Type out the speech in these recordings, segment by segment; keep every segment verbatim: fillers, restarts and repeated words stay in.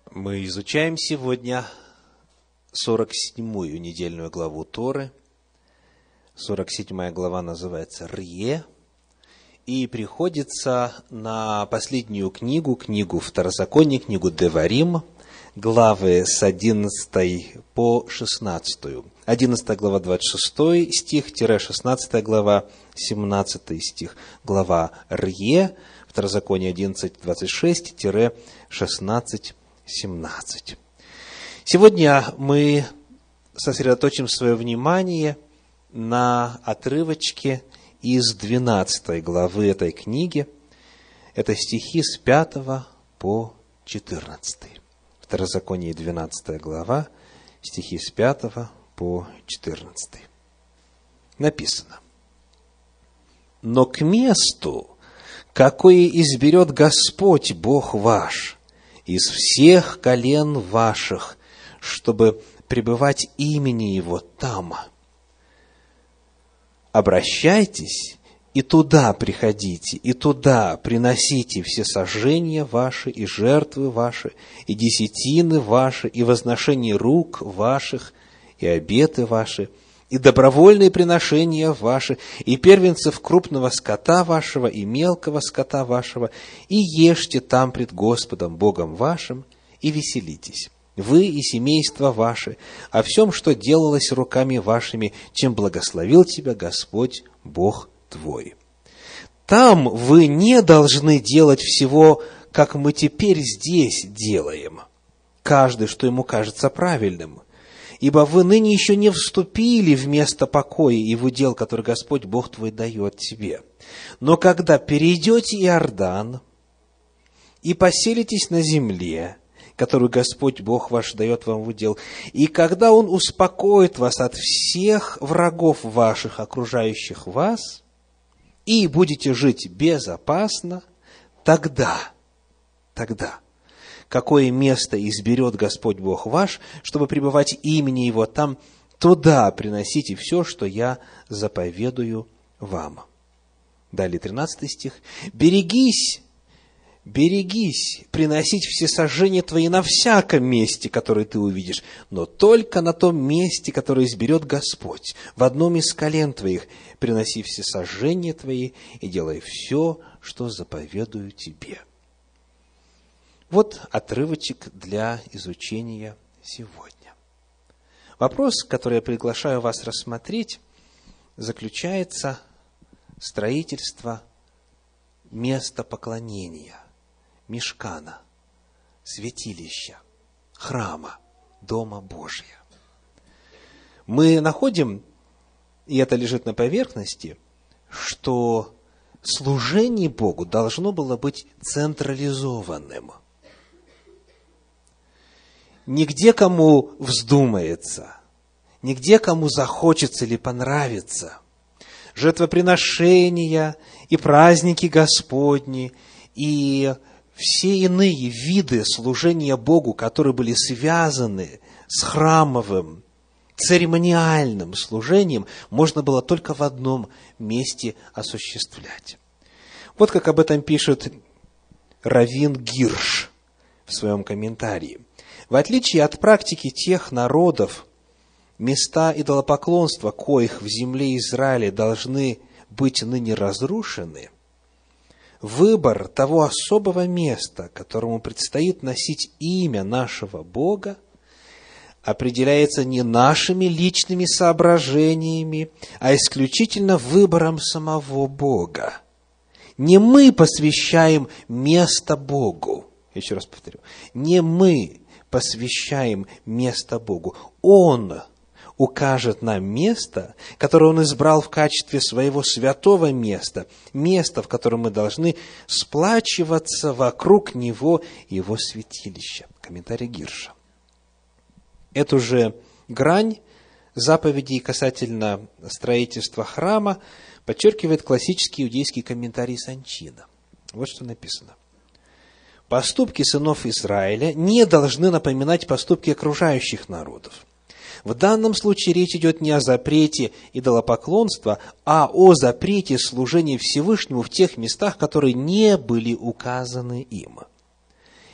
Мы изучаем сегодня сорок седьмую недельную главу Торы. сорок седьмая глава называется «Рье», и приходится на последнюю книгу, книгу Второзакония, книгу Деварим, главы с одиннадцатой по шестнадцатую. одиннадцатая глава, двадцать шестой стих, шестнадцатая глава, семнадцатый стих. Глава Рье, Второзаконие одиннадцать, двадцать шесть, шестнадцать, семнадцать. Сегодня мы сосредоточим свое внимание на отрывочке из двенадцатой главы этой книги. Это стихи с пятого по четырнадцатый. Второзаконие, двенадцатая глава, стихи с пятого по четырнадцатый. Написано: «Но к месту, какое изберет Господь Бог ваш из всех колен ваших, чтобы пребывать имени Его там, обращайтесь и туда приходите, и туда приносите все сожжения ваши, и жертвы ваши, и десятины ваши, и возношения рук ваших, и обеты ваши, и добровольные приношения ваши, и первенцев крупного скота вашего, и мелкого скота вашего, и ешьте там пред Господом Богом вашим, и веселитесь, вы и семейство ваше, о всем, что делалось руками вашими, чем благословил тебя Господь Бог твой. Там вы не должны делать всего, как мы теперь здесь делаем, каждый, что ему кажется правильным. Ибо вы ныне еще не вступили в место покоя и в удел, который Господь Бог твой дает тебе. Но когда перейдете Иордан и поселитесь на земле, которую Господь Бог ваш дает вам в удел, и когда Он успокоит вас от всех врагов ваших, окружающих вас, и будете жить безопасно, тогда, тогда, какое место изберет Господь Бог ваш, чтобы пребывать имени Его там, туда приносите все, что я заповедую вам». Далее тринадцатый стих. «Берегись, берегись приносить всесожжения твои на всяком месте, которое ты увидишь, но только на том месте, которое изберет Господь, в одном из колен твоих, приноси всесожжения твои и делай все, что заповедую тебе». Вот отрывочек для изучения сегодня. Вопрос, который я приглашаю вас рассмотреть, заключается в строительстве места поклонения, мишкана, святилища, храма, Дома Божия. Мы находим, и это лежит на поверхности, что служение Богу должно было быть централизованным. Нигде кому вздумается, нигде кому захочется или понравится. Жертвоприношения и праздники Господни, и все иные виды служения Богу, которые были связаны с храмовым, церемониальным служением, можно было только в одном месте осуществлять. Вот как об этом пишет раввин Гирш в своем комментарии. В отличие от практики тех народов, места идолопоклонства, коих в земле Израиля должны быть ныне разрушены, выбор того особого места, которому предстоит носить имя нашего Бога, определяется не нашими личными соображениями, а исключительно выбором самого Бога. Не мы посвящаем место Богу. Еще раз повторю. Не мы посвящаем место Богу. Он укажет нам место, которое Он избрал в качестве своего святого места, место, в котором мы должны сплачиваться вокруг Него, Его святилища. Комментарий Гирша. Эту же грань заповедей касательно строительства храма подчеркивает классический иудейский комментарий Санчина. Вот что написано. Поступки сынов Израиля не должны напоминать поступки окружающих народов. В данном случае речь идет не о запрете идолопоклонства, а о запрете служения Всевышнему в тех местах, которые не были указаны им.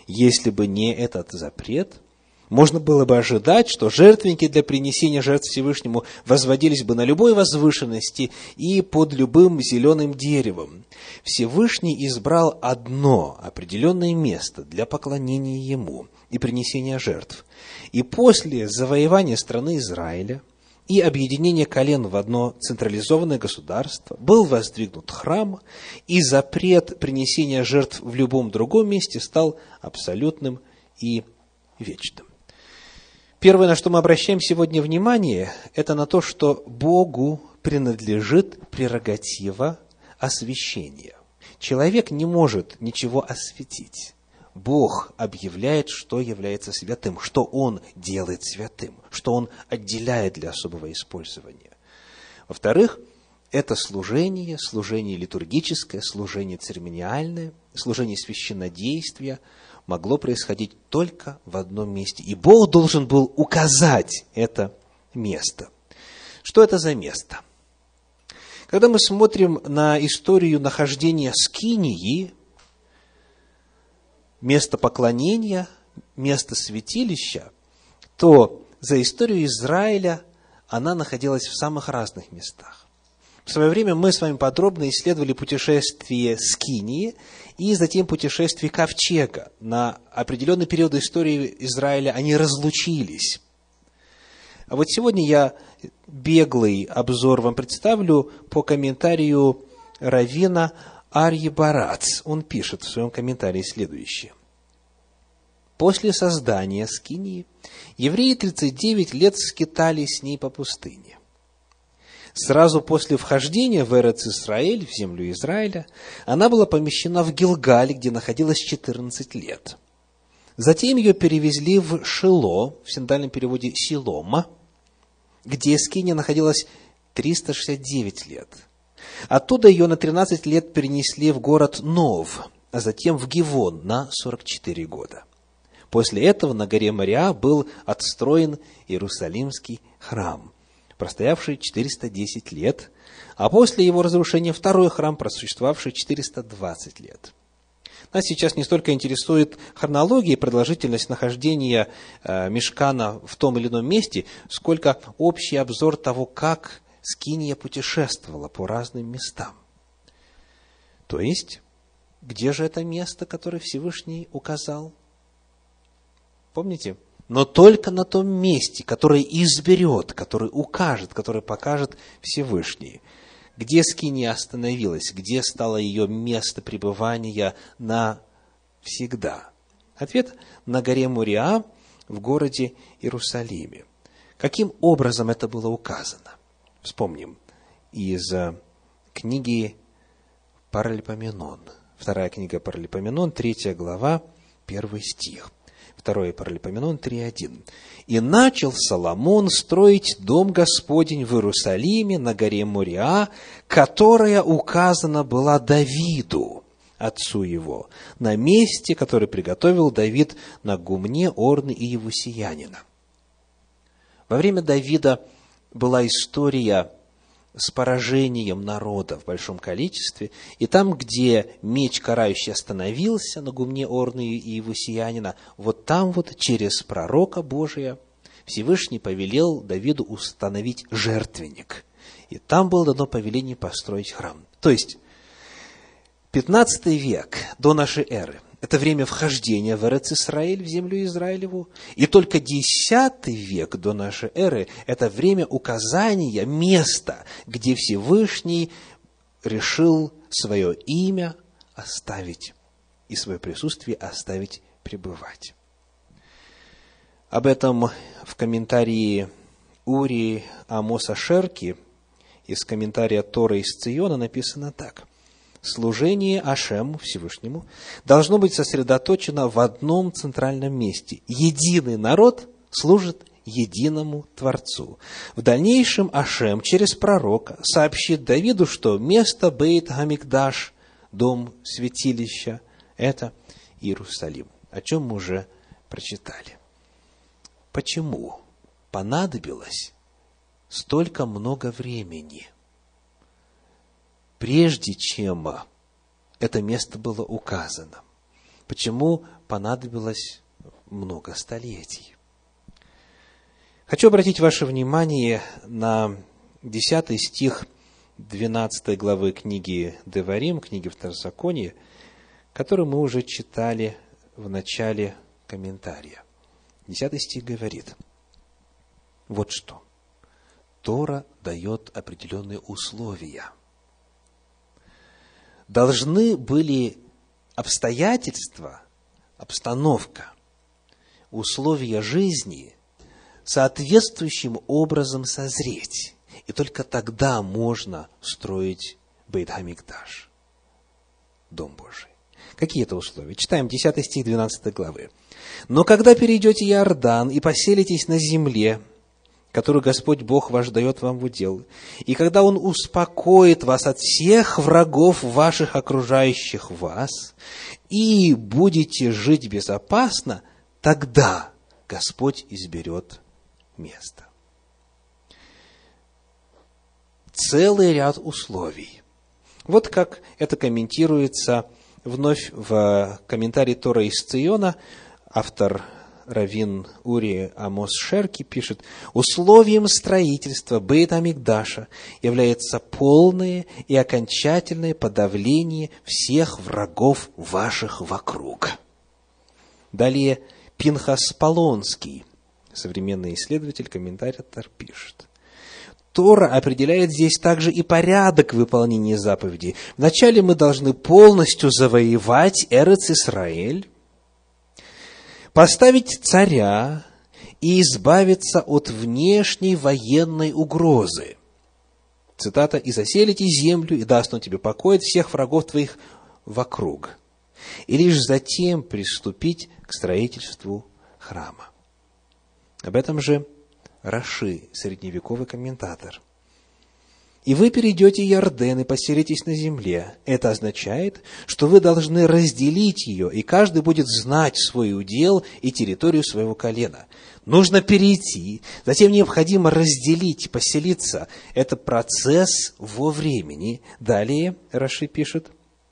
Если бы не этот запрет, можно было бы ожидать, что жертвенники для принесения жертв Всевышнему возводились бы на любой возвышенности и под любым зеленым деревом. Всевышний избрал одно определенное место для поклонения Ему и принесения жертв. И после завоевания страны Израиля и объединения колен в одно централизованное государство был воздвигнут храм, и запрет принесения жертв в любом другом месте стал абсолютным и вечным. Первое, на что мы обращаем сегодня внимание, это на то, что Богу принадлежит прерогатива освящения. Человек не может ничего осветить. Бог объявляет, что является святым, что Он делает святым, что Он отделяет для особого использования. Во-вторых, это служение, служение литургическое, служение церемониальное, служение священнодействия могло происходить только в одном месте. И Бог должен был указать это место. Что это за место? Когда мы смотрим на историю нахождения скинии, место поклонения, место святилища, то за историю Израиля она находилась в самых разных местах. В свое время мы с вами подробно исследовали путешествие Скинии и затем путешествие Ковчега. На определенный период истории Израиля они разлучились. А вот сегодня я беглый обзор вам представлю по комментарию раввина Арьи Барац. Он пишет в своем комментарии следующее. После создания Скинии евреи тридцать девять лет скитались с ней по пустыне. Сразу после вхождения в Эрец-Исраэль, в землю Израиля, она была помещена в Гилгаль, где находилась четырнадцать лет. Затем ее перевезли в Шило, в синодальном переводе Силома, где скиния находилась триста шестьдесят девять лет. Оттуда ее на тринадцать лет перенесли в город Нов, а затем в Гивон на сорок четыре года. После этого на горе Мориа был отстроен Иерусалимский храм, простоявший четыреста десять лет, а после его разрушения второй храм, просуществовавший четыреста двадцать лет. Нас сейчас не столько интересует хронология и продолжительность нахождения э, мишкана в том или ином месте, сколько общий обзор того, как скиния путешествовала по разным местам. То есть, где же это место, которое Всевышний указал? Помните? Но только на том месте, которое изберет, которое укажет, которое покажет Всевышний. Где скиния остановилась, где стало ее место пребывания навсегда? Ответ – на горе Мориа в городе Иерусалиме. Каким образом это было указано? Вспомним из книги Паралипоменон. Вторая книга Паралипоменон, третья глава, первый стих. Второе Паралипоменон три один. «И начал Соломон строить дом Господень в Иерусалиме на горе Мориа, которая указана была Давиду, отцу его, на месте, которое приготовил Давид на гумне Орны и Евусиянина». Во время Давида была история с поражением народа в большом количестве, и там, где меч карающий остановился на гумне Орны и Евусиянина, вот там вот через пророка Божия Всевышний повелел Давиду установить жертвенник. И там было дано повеление построить храм. То есть, пятнадцатый век до нашей эры – это время вхождения в Эрец-Исраэль, в землю Израилеву. И только десятый век до нашей эры – это время указания места, где Всевышний решил свое имя оставить и свое присутствие оставить пребывать. Об этом в комментарии Ури Амоса Шерки из комментария Торы из Циона написано так. Служение Ашему, Всевышнему, должно быть сосредоточено в одном центральном месте. Единый народ служит единому Творцу. В дальнейшем Ашем через пророка сообщит Давиду, что место Бейт Гамикдаш, дом святилища, это Иерусалим, о чем мы уже прочитали. Почему понадобилось столько много времени, прежде чем это место было указано? Почему понадобилось много столетий. Хочу обратить ваше внимание на десятый стих двенадцатой главы книги Деварим, книги Второзакония, который мы уже читали в начале комментария. Десятый стих говорит: вот что. Тора дает определенные условия. Должны были обстоятельства, обстановка, условия жизни соответствующим образом созреть. И только тогда можно строить Бейт Хамикдаш, Дом Божий. Какие это условия? Читаем десятый стих двенадцатой главы. «Но когда перейдете Иордан и поселитесь на земле, которую Господь Бог ваш дает вам в удел, и когда Он успокоит вас от всех врагов ваших, окружающих вас, и будете жить безопасно, тогда Господь изберет место». Целый ряд условий. Вот как это комментируется вновь в комментарии Тора из Циона. Автор раввин Ури Амос Шерки пишет: условием строительства Бейт Амикдаша является полное и окончательное подавление всех врагов ваших вокруг. Далее Пинхас Полонский, современный исследователь, комментатор, пишет: Тора определяет здесь также и порядок выполнения заповедей. Вначале мы должны полностью завоевать Эрец-Исраэль, поставить царя и избавиться от внешней военной угрозы. Цитата: «И заселите землю, и даст он тебе покой от всех врагов твоих вокруг». И лишь затем приступить к строительству храма. Об этом же Раши, средневековый комментатор. «И вы перейдете Иорден и поселитесь на земле». Это означает, что вы должны разделить ее, и каждый будет знать свой удел и территорию своего колена. Нужно перейти, затем необходимо разделить, поселиться. Это процесс во времени. Далее Раши пишет: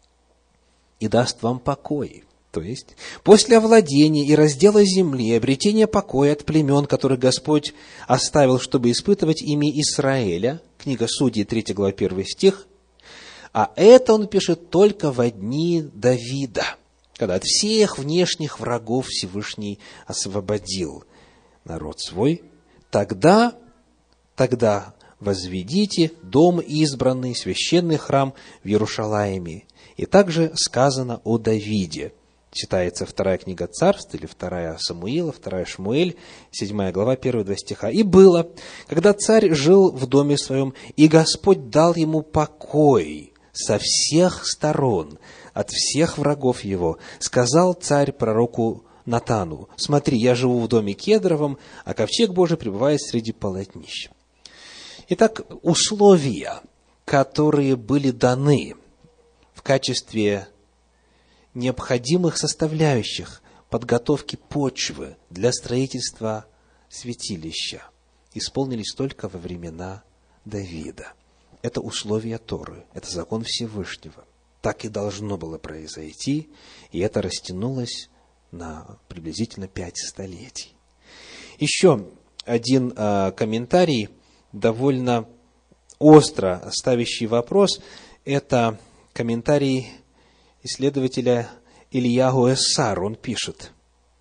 «И даст вам покой». То есть, после овладения и раздела земли, обретения покоя от племен, которых Господь оставил, чтобы испытывать ими Израиля, книга Судей, третья глава, первый стих, а это он пишет только во дни Давида, когда от всех внешних врагов Всевышний освободил народ свой, тогда, тогда возведите дом избранный, священный храм в Иерушалаиме. И также сказано о Давиде. Читается вторая книга Царств, или вторая Самуила, вторая Шмуэль, седьмая глава, первые два стиха. «И было, когда царь жил в доме своем, и Господь дал ему покой со всех сторон, от всех врагов его, сказал царь пророку Натану: смотри, я живу в доме кедровом, а ковчег Божий пребывает среди полотнищ». Итак, условия, которые были даны в качестве необходимых составляющих подготовки почвы для строительства святилища, исполнились только во времена Давида. Это условия Торы, это закон Всевышнего. Так и должно было произойти, и это растянулось на приблизительно пять столетий. Еще один э, комментарий, довольно остро ставящий вопрос, это комментарий исследователя Ильяху Эссар. Он пишет: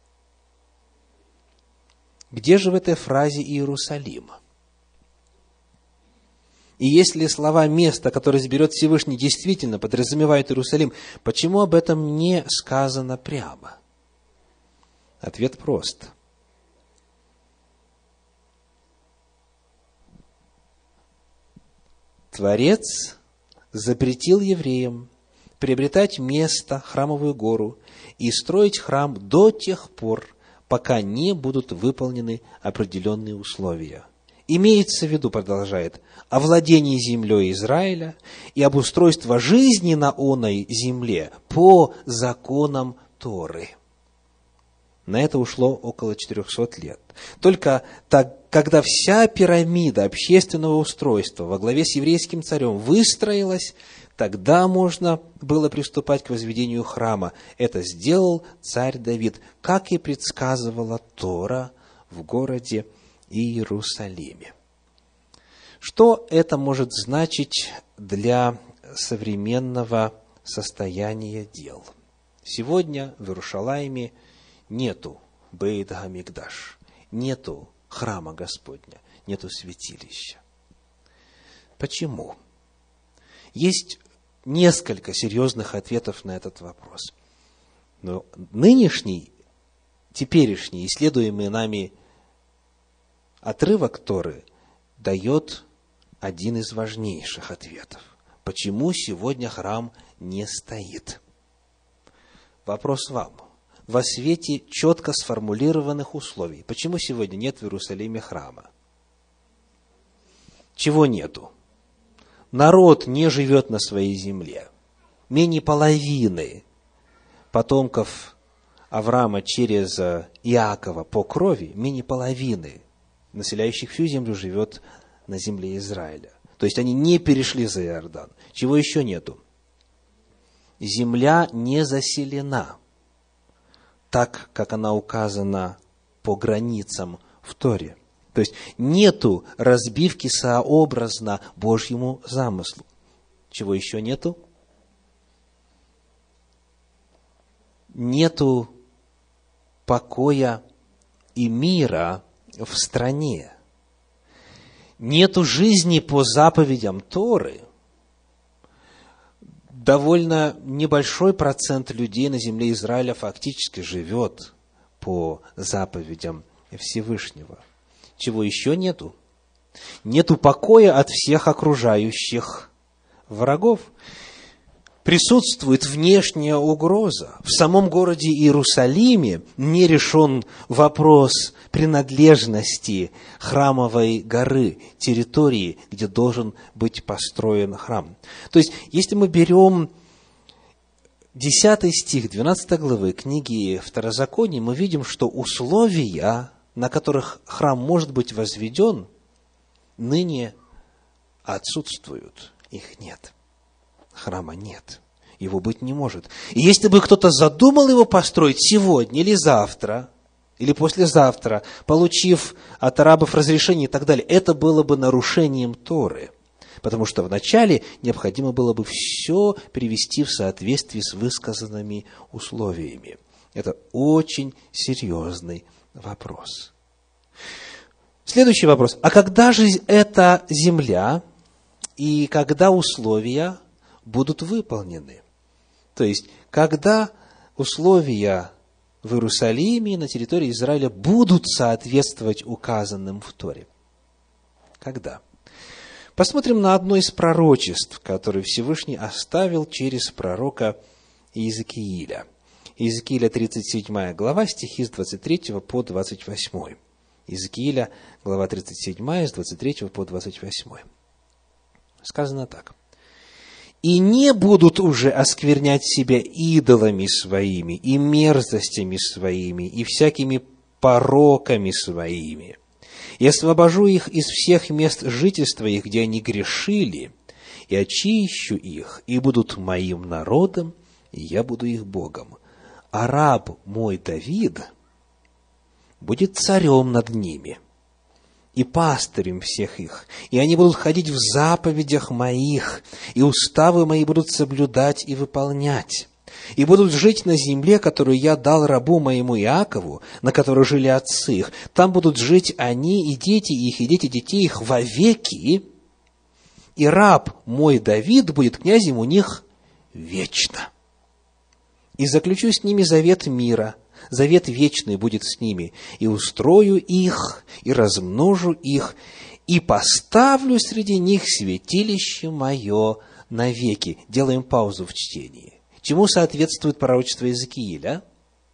где же в этой фразе Иерусалим? И если слова «место», которое изберет Всевышний, действительно подразумевают Иерусалим, почему об этом не сказано прямо? Ответ прост. Творец запретил евреям приобретать место, храмовую гору, и строить храм до тех пор, пока не будут выполнены определенные условия. Имеется в виду, продолжает, о владении землей Израиля и об устройстве жизни на оной земле по законам Торы. На это ушло около четырехсот лет. Только так, когда вся пирамида общественного устройства во главе с еврейским царем выстроилась, тогда можно было приступать к возведению храма. Это сделал царь Давид, как и предсказывала Тора в городе Иерусалиме. Что это может значить для современного состояния дел? Сегодня в Иерушалайме нету Бейт ха-Микдаш, нету храма Господня, нету святилища. Почему? Есть несколько серьезных ответов на этот вопрос. Но нынешний, теперешний, исследуемый нами отрывок Торы дает один из важнейших ответов. Почему сегодня храм не стоит? Вопрос вам. Во свете четко сформулированных условий. Почему сегодня нет в Иерусалиме храма? Чего нету? Народ не живет на своей земле. Менее половины потомков Авраама через Иакова по крови, менее половины населяющих всю землю живет на земле Израиля. То есть они не перешли за Иордан. Чего еще нету? Земля не заселена, так, как она указана по границам в Торе. То есть нету разбивки сообразно Божьему замыслу. Чего еще нету? Нету покоя и мира в стране. Нету жизни по заповедям Торы. Довольно небольшой процент людей на земле Израиля фактически живет по заповедям Всевышнего. Чего еще нету? Нету покоя от всех окружающих врагов. Присутствует внешняя угроза. В самом городе Иерусалиме не решен вопрос принадлежности храмовой горы, территории, где должен быть построен храм. То есть, если мы берем десятый стих двенадцатой главы книги Второзакония, мы видим, что условия, на которых храм может быть возведен, ныне отсутствуют. Их нет. Храма нет. Его быть не может. И если бы кто-то задумал его построить сегодня или завтра, или послезавтра, получив от арабов разрешение и так далее, это было бы нарушением Торы. Потому что вначале необходимо было бы все привести в соответствии с высказанными условиями. Это очень серьезный вопрос. Следующий вопрос. А когда же эта земля и когда условия будут выполнены? То есть, когда условия в Иерусалиме и на территории Израиля будут соответствовать указанным в Торе? Когда? Посмотрим на одно из пророчеств, которое Всевышний оставил через пророка Иезекииля. Иезекииля тридцать седьмая глава, стихи с двадцать третьего по двадцать восьмой. Иезекииля, глава тридцать седьмая, с двадцать третьего по двадцать восьмой. Сказано так. «И не будут уже осквернять себя идолами своими, и мерзостями своими, и всякими пороками своими. И освобожу их из всех мест жительства их, где они грешили, и очищу их, и будут моим народом, и я буду их Богом. А раб мой Давид будет царем над ними, и пастырем всех их, и они будут ходить в заповедях моих, и уставы мои будут соблюдать и выполнять, и будут жить на земле, которую я дал рабу моему Иакову, на которой жили отцы их. Там будут жить они и дети их, и дети детей их вовеки, и раб мой Давид будет князем у них вечно. И заключу с ними завет мира, завет вечный будет с ними, и устрою их, и размножу их, и поставлю среди них святилище мое навеки». Делаем паузу в чтении. Чему соответствует пророчество Иезекииля?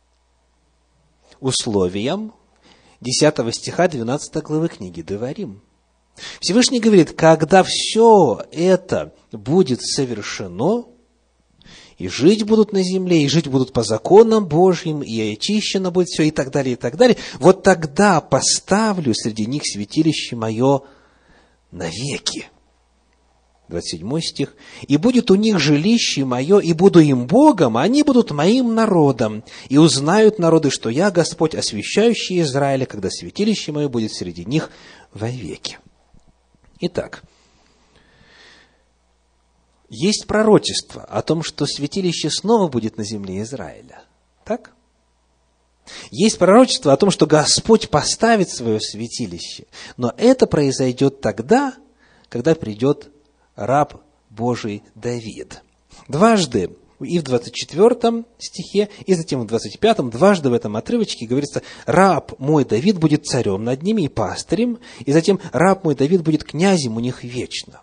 Условиям десятого стиха двенадцатой главы книги Деварим. Всевышний говорит, когда все это будет совершено, и жить будут на земле, и жить будут по законам Божьим, и очищено будет все, и так далее, и так далее. Вот тогда поставлю среди них святилище мое навеки. двадцать седьмой стих. «И будет у них жилище мое, и буду им Богом, а они будут моим народом. И узнают народы, что я Господь, освящающий Израиля, когда святилище мое будет среди них вовеки». Итак, есть пророчество о том, что святилище снова будет на земле Израиля. Так? Есть пророчество о том, что Господь поставит свое святилище. Но это произойдет тогда, когда придет раб Божий Давид. Дважды, и в двадцать четвёртом стихе, и затем в двадцать пятом, дважды в этом отрывочке говорится: «Раб мой Давид будет царем над ними и пастырем», и затем «Раб мой Давид будет князем у них вечно».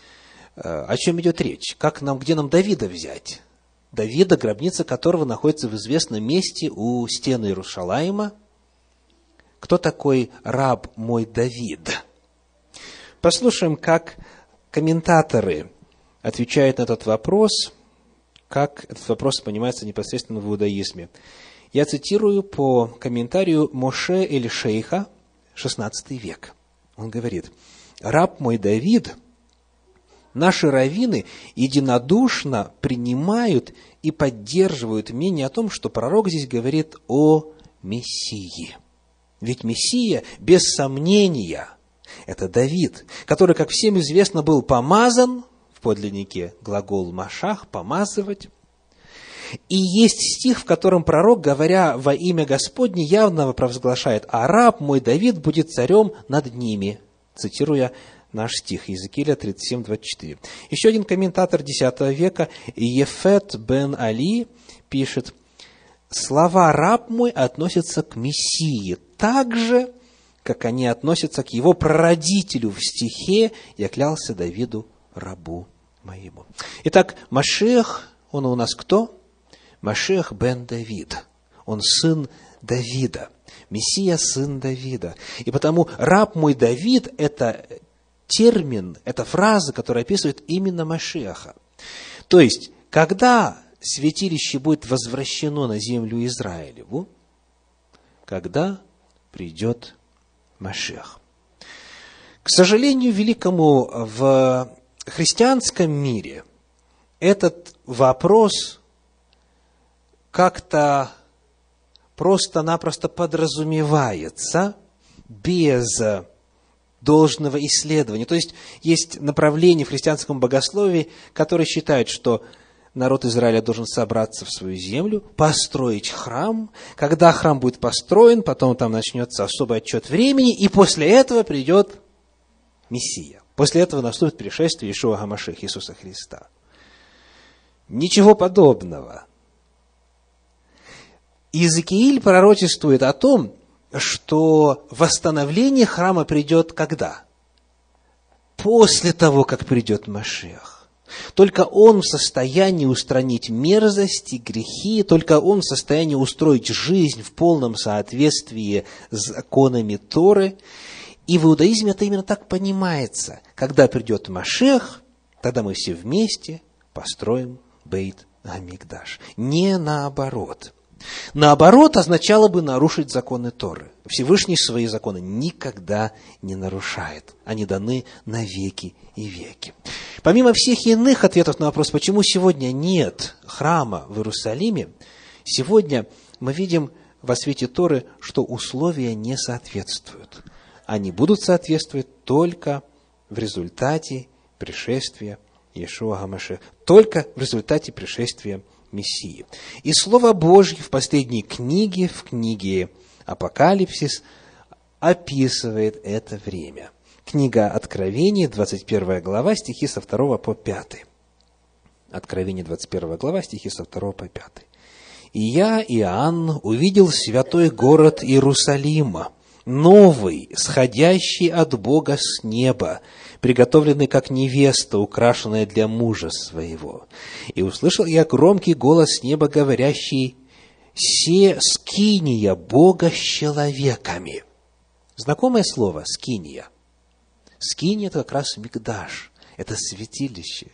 О чем идет речь? Как нам, где нам Давида взять? Давида, гробница которого находится в известном месте у стен Иерусалима. Кто такой раб мой Давид? Послушаем, как комментаторы отвечают на этот вопрос, как этот вопрос понимается непосредственно в иудаизме. Я цитирую по комментарию Моше эль-Шейха, шестнадцатый век. Он говорит: «Раб мой Давид, наши раввины единодушно принимают и поддерживают мнение о том, что пророк здесь говорит о Мессии. Ведь Мессия, без сомнения, это Давид, который, как всем известно, был помазан, в подлиннике глагол «машах» – «помазывать». И есть стих, в котором пророк, говоря во имя Господне, явно провозглашает: «А раб мой Давид будет царем над ними», цитируя наш стих, Иезекииля тридцать семь, двадцать четыре. Еще один комментатор десятого века, Ефет бен Али, пишет: «Слова «раб мой» относятся к Мессии так же, как они относятся к его прародителю в стихе «Я клялся Давиду, рабу моему». Итак, Машиах, он у нас кто? Машиах бен Давид. Он сын Давида. Мессия – сын Давида. И потому раб мой Давид – это термин, это фраза, которая описывает именно Машиаха. То есть, когда святилище будет возвращено на землю Израилеву? Когда придет Машиах. К сожалению великому, в христианском мире этот вопрос как-то просто-напросто подразумевается без должного исследования. То есть, есть направление в христианском богословии, которое считает, что народ Израиля должен собраться в свою землю, построить храм. Когда храм будет построен, потом там начнется особый отсчет времени, и после этого придет Мессия. После этого наступит пришествие Иешуа ха-Машиаха, Иисуса Христа. Ничего подобного. Иезекииль пророчествует о том, что восстановление храма придет когда? После того, как придет Машиах. Только он в состоянии устранить мерзости, грехи, только он в состоянии устроить жизнь в полном соответствии с законами Торы. И в иудаизме это именно так понимается. Когда придет Машиах, тогда мы все вместе построим Бейт Амикдаш. Не наоборот. Наоборот, означало бы нарушить законы Торы. Всевышний свои законы никогда не нарушает. Они даны на веки и веки. Помимо всех иных ответов на вопрос, почему сегодня нет храма в Иерусалиме, сегодня мы видим во свете Торы, что условия не соответствуют. Они будут соответствовать только в результате пришествия Иешуа ха-Машиаха, только в результате пришествия Мессии. И Слово Божье в последней книге, в книге Апокалипсис, описывает это время. Книга Откровения, двадцать первая глава, стихи со второго по пятый. Откровение, двадцать первая глава, стихи со второго по пятый. «И я, Иоанн, увидел святой город Иерусалима, новый, сходящий от Бога с неба, приготовленный как невеста, украшенная для мужа своего. И услышал я громкий голос с неба, говорящий: «Се скиния Бога с человеками». Знакомое слово «скиния». Скиния – это как раз микдаш, это святилище,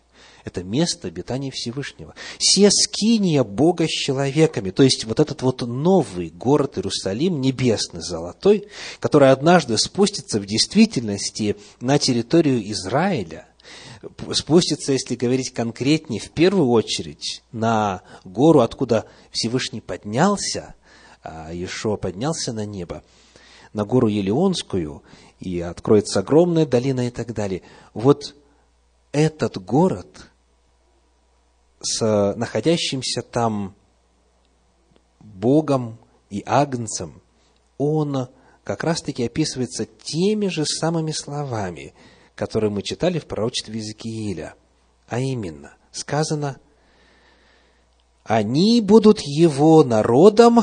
Это место обитания Всевышнего. Сия скиния Бога с человеками. То есть, вот этот вот новый город Иерусалим, небесный, золотой, который однажды спустится в действительности на территорию Израиля, спустится, если говорить конкретнее, в первую очередь на гору, откуда Всевышний поднялся, а Иешуа поднялся на небо, на гору Елеонскую, и откроется огромная долина и так далее. Вот этот город с находящимся там Богом и Агнцем, он как раз-таки описывается теми же самыми словами, которые мы читали в пророчестве Иезекииля. А именно, сказано: «Они будут его народом,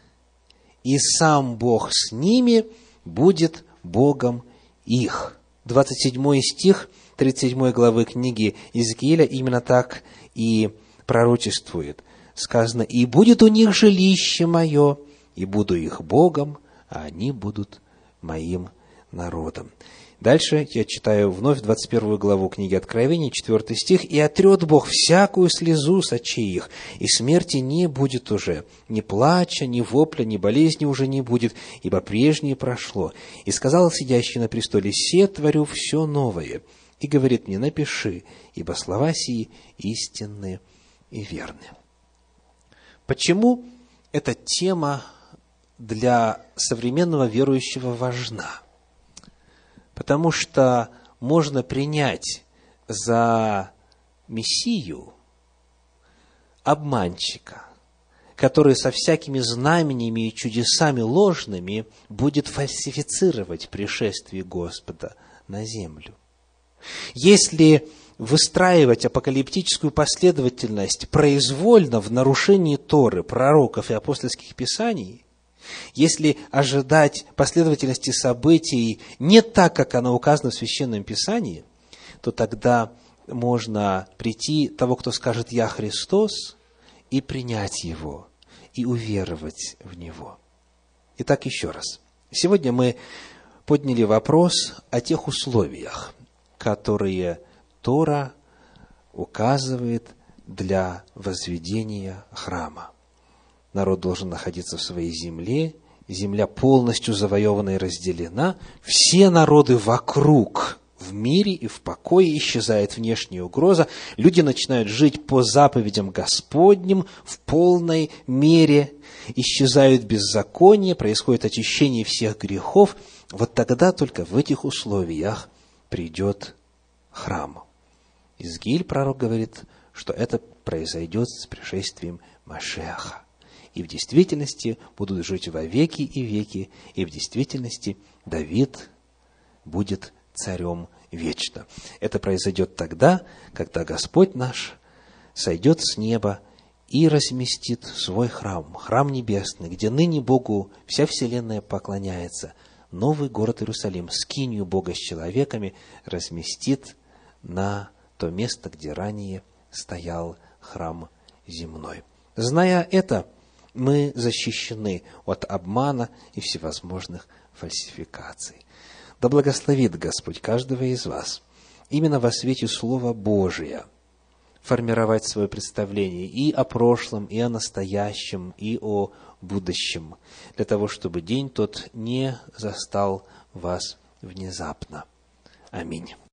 и сам Бог с ними будет Богом их». двадцать седьмой стих тридцать седьмой главы книги Иезекииля именно так и пророчествует. Сказано: «И будет у них жилище мое, и буду их Богом, а они будут моим народом». Дальше я читаю вновь двадцать первую главу книги Откровения, четвертый стих. «И отрет Бог всякую слезу с очей их, и смерти не будет уже, ни плача, ни вопля, ни болезни уже не будет, ибо прежнее прошло. И сказал сидящий на престоле: се творю все новое. И говорит мне: напиши, ибо слова сии истинные и верные». Почему эта тема для современного верующего важна? Потому что можно принять за Мессию обманщика, который со всякими знамениями и чудесами ложными будет фальсифицировать пришествие Господа на землю. Если выстраивать апокалиптическую последовательность произвольно в нарушении Торы, пророков и апостольских писаний, если ожидать последовательности событий не так, как оно указано в Священном Писании, то тогда можно прийти того, кто скажет «Я Христос», и принять Его, и уверовать в Него. Итак, еще раз. Сегодня мы подняли вопрос о тех условиях, которые Тора указывает для возведения храма. Народ должен находиться в своей земле, земля полностью завоевана и разделена, все народы вокруг в мире и в покое, исчезает внешняя угроза, люди начинают жить по заповедям Господним в полной мере, исчезают беззакония, происходит очищение всех грехов. Вот тогда только в этих условиях придет храм. Иезекииль пророк говорит, что это произойдет с пришествием Машиаха. И в действительности будут жить во веки и веки, и в действительности Давид будет царем вечно. Это произойдет тогда, когда Господь наш сойдет с неба и разместит свой храм, храм небесный, где ныне Богу вся вселенная поклоняется. Новый город Иерусалим, скинию Бога с человеками, разместит на то место, где ранее стоял храм земной. Зная это, мы защищены от обмана и всевозможных фальсификаций. Да благословит Господь каждого из вас именно во свете Слова Божия формировать свое представление и о прошлом, и о настоящем, и о будущем, для того, чтобы день тот не застал вас внезапно. Аминь.